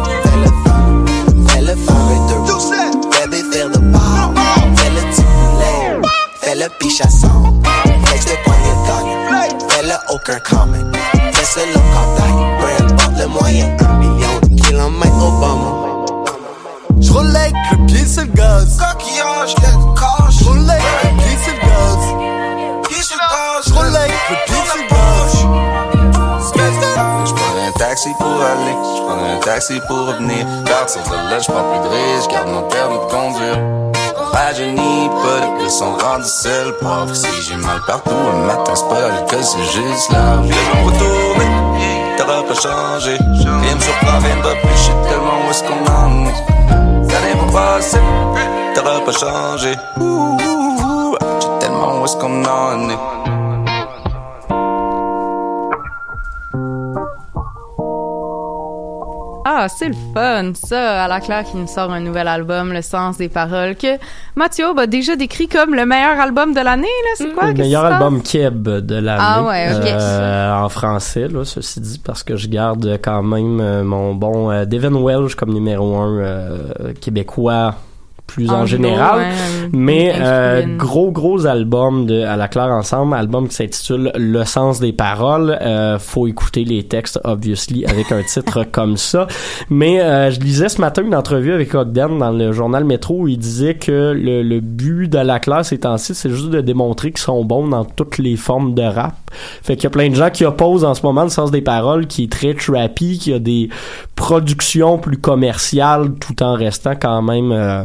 S12: famille
S8: Fais le feu, bébé faire le bar. Fais le petit fais le pichasson. Flex de poignet de gagne. Fais le aucun comment. Fais ce long contact. Peu importe le moyen, 1 million de kilomètres au bas.
S11: J'roule avec le pied sur le gaz.
S8: Coquillage, coche.
S11: J'roule avec le pied sur le gaz.
S8: Pied sur le gaz.
S11: J'roule avec le pied sur le gaz.
S13: J'prendrais un taxi pour aller, j'prendrais un taxi pour revenir. Partir de là, j'prends plus de risques, garde mon permis de conduire. Rajeunis, pas de clés sont rendus seuls. Pauvre, si j'ai mal partout, un matin c'est pas l'alcool, c'est juste là. Les gens retournés, t'auras pas changé. Rien me surprend, rien de plus, je sais tellement où est-ce qu'on en est. Les années vont passer, t'auras pas changé. Je sais tellement où est-ce qu'on en est.
S4: Ah, c'est le fun, ça, à la Claire qui nous sort un nouvel album, Le Sens des Paroles, que Mathieu a déjà décrit comme le meilleur album de l'année, là, c'est quoi?
S5: Le meilleur album Keb de l'année.
S4: Ah ouais, ok.
S5: En français, là, ceci dit, parce que je garde quand même mon bon Devin Welsh comme numéro 1 québécois, plus en général, ouais, mais gros album de À la Claire ensemble, album qui s'intitule Le Sens des Paroles. Faut écouter les textes obviously avec un titre comme ça, mais je lisais ce matin une entrevue avec Ogden dans le journal Métro où il disait que le but d'À la Claire ces temps-ci, c'est juste de démontrer qu'ils sont bons dans toutes les formes de rap. Fait qu'il y a plein de gens qui opposent en ce moment Le Sens des Paroles, qui est très trappy, qui a des productions plus commerciales tout en restant quand même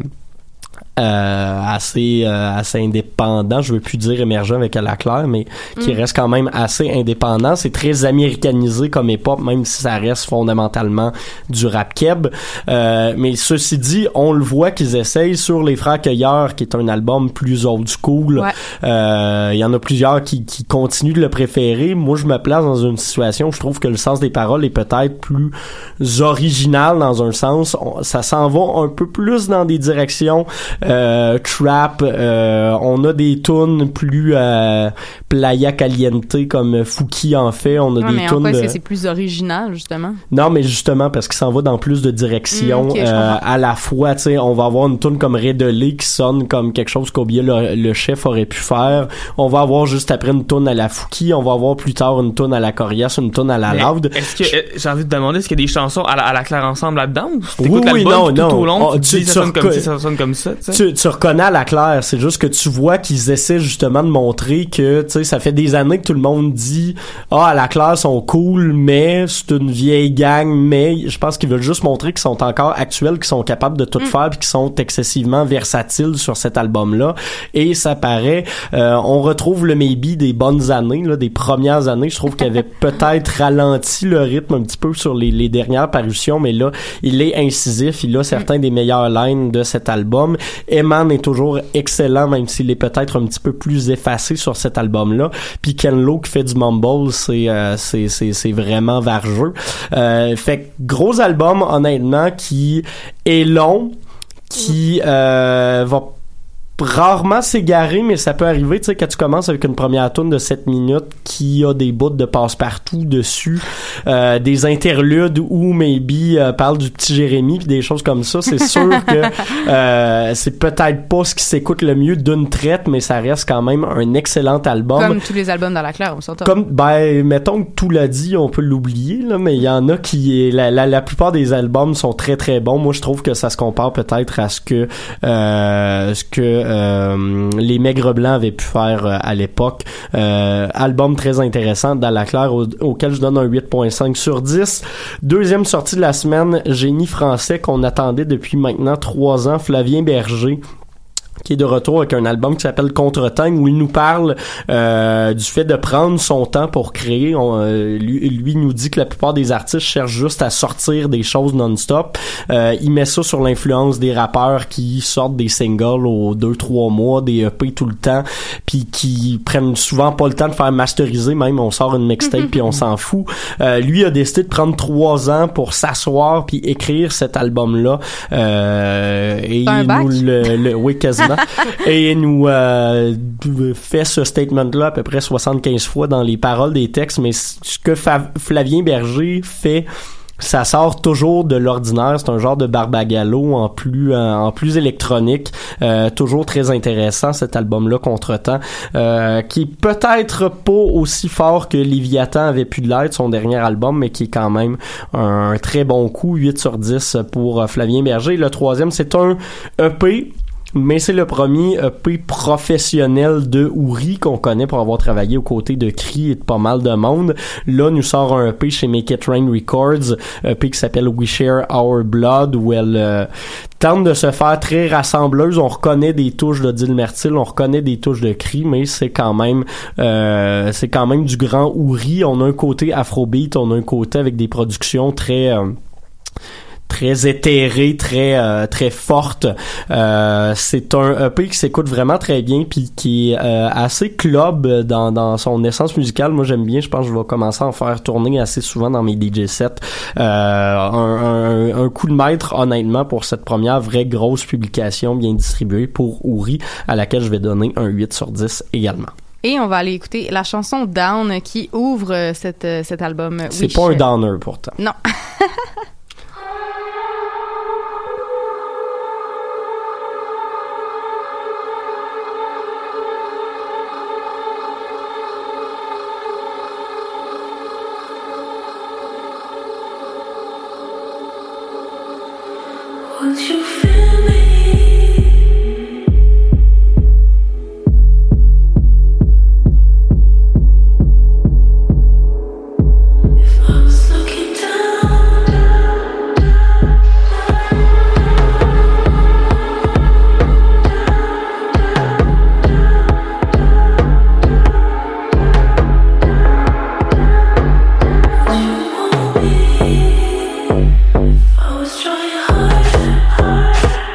S5: assez indépendant, je veux plus dire émergent avec À la Claire, mais qui reste quand même assez indépendant. C'est très américanisé comme hip-hop, même si ça reste fondamentalement du rap keb. Mais ceci dit, on le voit qu'ils essayent sur Les Frères Cueilleurs, qui est un album plus old school. Ouais. Il y en a plusieurs qui continuent de le préférer. Moi, je me place dans une situation où je trouve que Le Sens des Paroles est peut-être plus original dans un sens. Ça s'en va un peu plus dans des directions trap, on a des tunes plus playa caliente comme Fouki en fait, on a des tunes
S4: est-ce que c'est plus original justement?
S5: Non, mais justement parce qu'il s'en va dans plus de directions à la fois, tu sais, on va avoir une tune comme Redolé qui sonne comme quelque chose qu'Obier le chef aurait pu faire. On va avoir juste après une tune à la Fouki, on va avoir plus tard une tune à la Coriace, une tune à la Loud.
S6: Est-ce que j'ai envie de te demander, est-ce qu'il y a des chansons à la Claire ensemble là-dedans?
S5: Oui, non.
S6: Tout au long, ça sonne comme ça.
S5: Tu reconnais À la Claire, c'est juste que tu vois qu'ils essaient justement de montrer que, tu sais, ça fait des années que tout le monde dit À la Claire sont cool, mais c'est une vieille gang, mais je pense qu'ils veulent juste montrer qu'ils sont encore actuels, qu'ils sont capables de tout faire puis qu'ils sont excessivement versatiles sur cet album-là, et ça paraît, on retrouve le maybe des bonnes années, là, des premières années. Je trouve qu'il avait peut-être ralenti le rythme un petit peu sur les dernières parutions, mais là, il est incisif, il a certains des meilleures lines de cet album, Eman est toujours excellent, même s'il est peut-être un petit peu plus effacé sur cet album-là. Puis Ken Lo qui fait du mumble, c'est vraiment vargeux. Fait que gros album, honnêtement, qui est long, qui va rarement s'égarer, mais ça peut arriver, tu sais, quand tu commences avec une première tune de 7 minutes qui a des bouts de passe-partout dessus, des interludes où maybe parle du petit Jérémy puis des choses comme ça, c'est sûr que c'est peut-être pas ce qui s'écoute le mieux d'une traite, mais ça reste quand même un excellent album.
S4: Comme tous les albums dans la claire, on s'entend.
S5: Comme, mettons que tout l'a dit, on peut l'oublier, là, mais il y en a qui, la plupart des albums sont très très bons. Moi, je trouve que ça se compare peut-être à ce que les Maigres Blancs avaient pu faire à l'époque. Album très intéressant dans la claire auquel je donne un 8.5 sur 10. Deuxième sortie de la semaine, Génie français qu'on attendait depuis maintenant 3 ans, Flavien Berger, qui est de retour avec un album qui s'appelle Contretemps, où il nous parle du fait de prendre son temps pour créer. Lui nous dit que la plupart des artistes cherchent juste à sortir des choses non-stop. Il met ça sur l'influence des rappeurs qui sortent des singles aux 2-3 mois, des EP tout le temps, puis qui prennent souvent pas le temps de faire masteriser, même on sort une mixtape puis on s'en fout. Lui a décidé de prendre 3 ans pour s'asseoir puis écrire cet album-là. Et il nous oui, quasiment. Et il nous fait ce statement-là à peu près 75 fois dans les paroles des textes, mais ce que Flavien Berger fait, ça sort toujours de l'ordinaire. C'est un genre de Barbagallo en plus électronique, toujours très intéressant cet album-là, Contretemps, qui est peut-être pas aussi fort que Léviathan avait pu l'être, son dernier album, mais qui est quand même un très bon coup, 8 sur 10 pour Flavien Berger. Le troisième, c'est un EP, mais c'est le premier EP professionnel de Ouri qu'on connaît pour avoir travaillé aux côtés de Cri et de pas mal de monde. Là, nous sort un EP chez Make It Rain Records, EP qui s'appelle We Share Our Blood, où elle tente de se faire très rassembleuse. On reconnaît des touches de Dil Mertil, on reconnaît des touches de Cri, mais c'est quand même du grand Ouri. On a un côté afrobeat, on a un côté avec des productions très éthérée, très forte. C'est un EP qui s'écoute vraiment très bien puis qui est assez club dans son essence musicale. Moi, j'aime bien. Je pense que je vais commencer à en faire tourner assez souvent dans mes DJ sets. Un coup de maître, honnêtement, pour cette première vraie grosse publication bien distribuée pour Ouri, à laquelle je vais donner un 8 sur 10 également.
S4: Et on va aller écouter la chanson Down qui ouvre cet album.
S5: C'est pas un downer pourtant.
S4: Non.
S14: Once you feel me, if I was looking I was trying hard.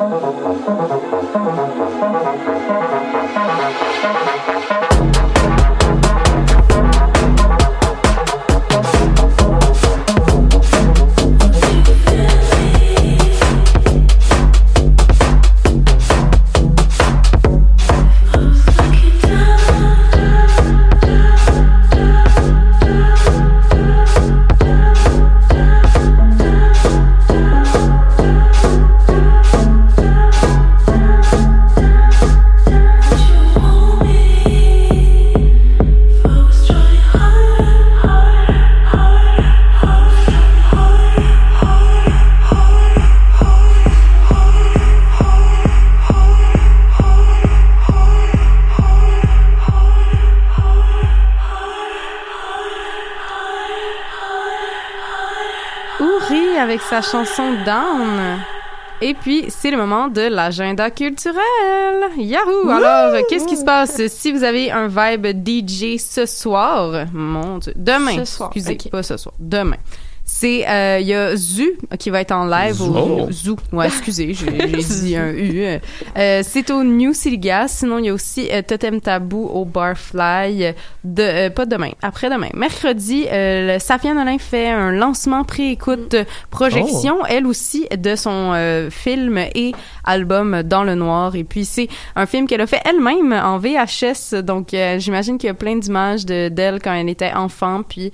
S4: Avec sa chanson Down. Et puis, c'est le moment de l'agenda culturel. Yahoo! Alors, qu'est-ce qui se passe si vous avez un vibe DJ ce soir? Mon Dieu. Demain.
S10: Ce soir.
S4: Excusez,
S10: Okay.
S4: pas ce soir. Demain. C'est, il y a Zu qui va être en live au Zoo. Ouais, excusez, j'ai dit un U. C'est au New City Gas. Sinon, il y a aussi Totem Tabou au Barfly. Pas demain, après-demain. Mercredi, Safia Nolin fait un lancement pré-écoute projection, elle aussi, de son film et album Dans le Noir. Et puis, c'est un film qu'elle a fait elle-même en VHS. Donc, j'imagine qu'il y a plein d'images d'elle quand elle était enfant. Puis,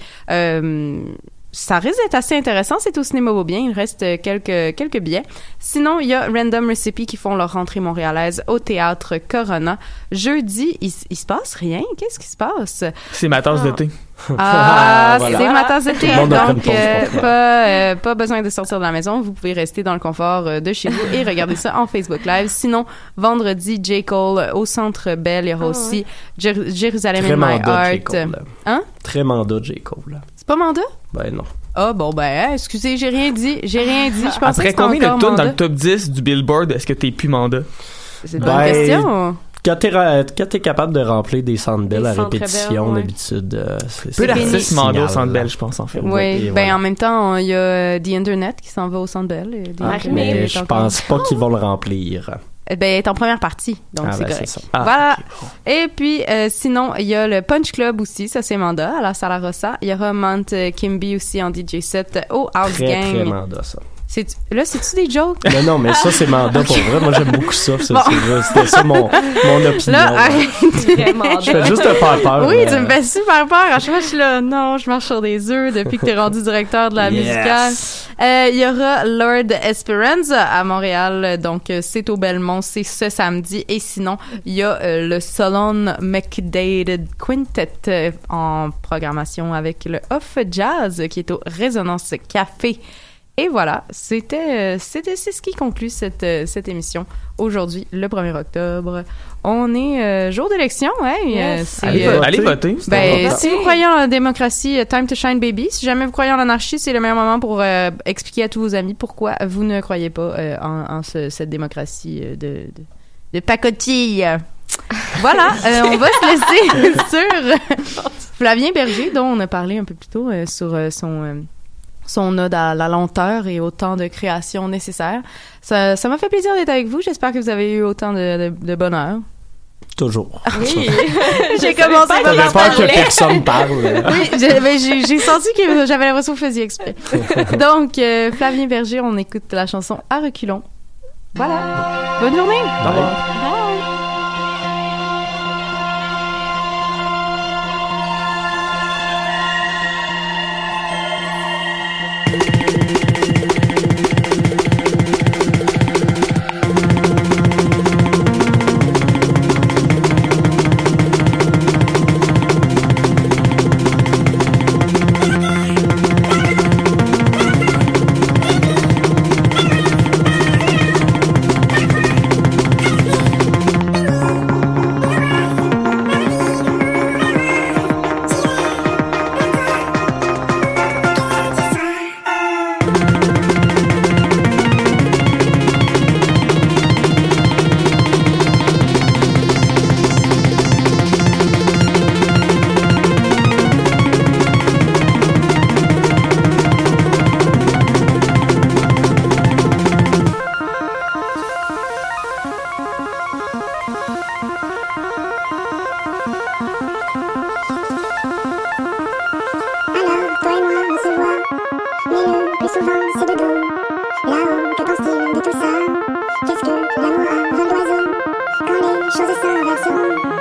S4: ça risque d'être assez intéressant. C'est au cinéma Beaubien. Il reste quelques billets. Sinon, il y a Random Recipe qui font leur rentrée montréalaise au Théâtre Corona. Jeudi, il se passe rien. Qu'est-ce qui se passe?
S6: C'est ma tasse de thé.
S4: Voilà. C'est ma tasse de thé.
S5: Bon,
S4: Donc, pas besoin de sortir de la maison. Vous pouvez rester dans le confort de chez vous et regarder ça en Facebook Live. Sinon, vendredi, J. Cole au Centre Bell. Il y aura aussi Jérusalem
S5: Très
S4: in My
S5: mandat, J.
S4: Heart.
S5: Cole.
S4: Hein?
S5: Très mandat, J. Cole.
S4: C'est pas mandat?
S5: Ben non.
S4: Ah, bon, excusez, j'ai rien dit. Je pensais
S6: Après
S4: que c'était
S6: combien
S4: encore
S6: de tunes dans
S4: mandat.
S6: le top 10 du Billboard, est-ce que t'es plus mandat?
S4: C'est une bonne question.
S5: Quand t'es capable de remplir des Sandbell à répétition,
S10: ouais.
S5: d'habitude, c'est
S6: Peu d'artistes
S5: signal,
S6: mandats au
S5: là.
S6: Centre Bell, je pense, en fait.
S4: Oui,
S5: Et
S4: ben
S5: voilà.
S4: en même temps, il y a The Internet qui s'en va au Centre Bell.
S5: Mais je pense pas qu'ils vont le remplir.
S4: Ben, elle est en première partie, donc c'est
S5: ben,
S4: correct.
S5: c'est ça.
S4: Voilà.
S6: ok.
S4: Et puis, sinon, il y a le Punch Club aussi, ça c'est mandat, à la Sala Rossa. Il y aura Mount Kimby aussi en DJ set au House
S5: Très,
S4: Gang.
S5: très mandat, ça.
S4: Là, c'est-tu des jokes?
S5: Non, mais ça, c'est mandat pour vrai. Moi, j'aime beaucoup ça.
S4: Bon.
S5: C'était ça mon opinion.
S4: Là,
S10: Vraiment.
S5: Je fais juste te faire peur.
S4: oui,
S5: mais-
S4: tu me fais super peur. À chaque fois, je suis là, non, je marche sur des œufs depuis que t'es rendu directeur de la
S5: Yes.
S4: musicale. Il y aura Lord Esperanza à Montréal, donc c'est au Belmont, c'est ce samedi. Et sinon, il y a le Solon McDated Quintet en programmation avec le Off Jazz qui est au Résonance Café. Et voilà, c'est ce qui conclut cette émission. Aujourd'hui, le 1er octobre, on est jour d'élection, ouais.
S10: Yes.
S6: Allez voter.
S4: Ben, si vous croyez en la démocratie, time to shine, baby. Si jamais vous croyez en l'anarchie, c'est le meilleur moment pour expliquer à tous vos amis pourquoi vous ne croyez pas en cette démocratie de pacotille. Voilà, on va se laisser sur Flavien Berger, dont on a parlé un peu plus tôt sur son ode à la lenteur et au temps de création nécessaire. Ça m'a fait plaisir d'être avec vous. J'espère que vous avez eu autant de bonheur.
S5: Toujours.
S10: Oui.
S4: J'ai commencé par
S5: J'avais peur que personne parle.
S4: Oui, j'ai senti que j'avais l'impression que vous faisiez exprès. Donc, Flavien Berger, on écoute la chanson À reculons. Voilà. Bonne journée.
S5: Bye.
S15: changer ça en version